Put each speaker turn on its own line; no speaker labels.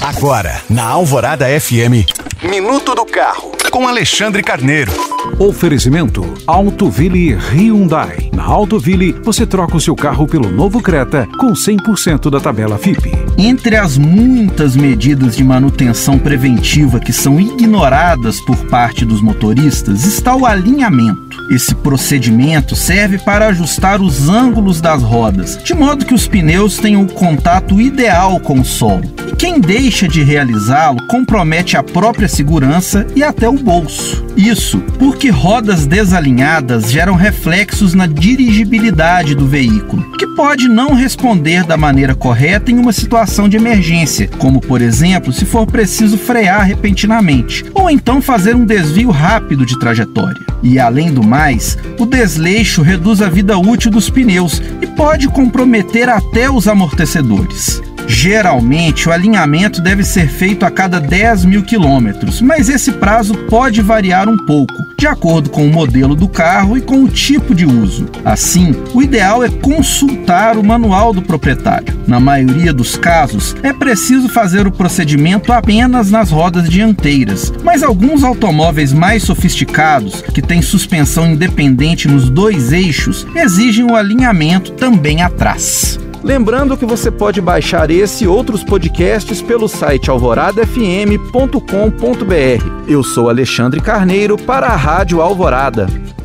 Agora, na Alvorada FM, Minuto do Carro, com Alexandre Carneiro.
Oferecimento Autoville Hyundai. Na Autoville, você troca o seu carro pelo novo Creta com 100% da tabela FIPE.
Entre as muitas medidas de manutenção preventiva que são ignoradas por parte dos motoristas está o alinhamento. Esse procedimento serve para ajustar os ângulos das rodas, de modo que os pneus tenham o contato ideal com o solo. E quem deixa de realizá-lo compromete a própria segurança e até o bolso. Isso porque rodas desalinhadas geram reflexos na dirigibilidade do veículo, que pode não responder da maneira correta em uma situação de emergência, como por exemplo se for preciso frear repentinamente, ou então fazer um desvio rápido de trajetória. E além do mais, o desleixo reduz a vida útil dos pneus e pode comprometer até os amortecedores. Geralmente, o alinhamento deve ser feito a cada 10 mil quilômetros, mas esse prazo pode variar um pouco, de acordo com o modelo do carro e com o tipo de uso. Assim, o ideal é consultar o manual do proprietário. Na maioria dos casos, é preciso fazer o procedimento apenas nas rodas dianteiras, mas alguns automóveis mais sofisticados, que têm suspensão independente nos dois eixos, exigem o alinhamento também atrás.
Lembrando que você pode baixar esse e outros podcasts pelo site alvoradafm.com.br. Eu sou Alexandre Carneiro para a Rádio Alvorada.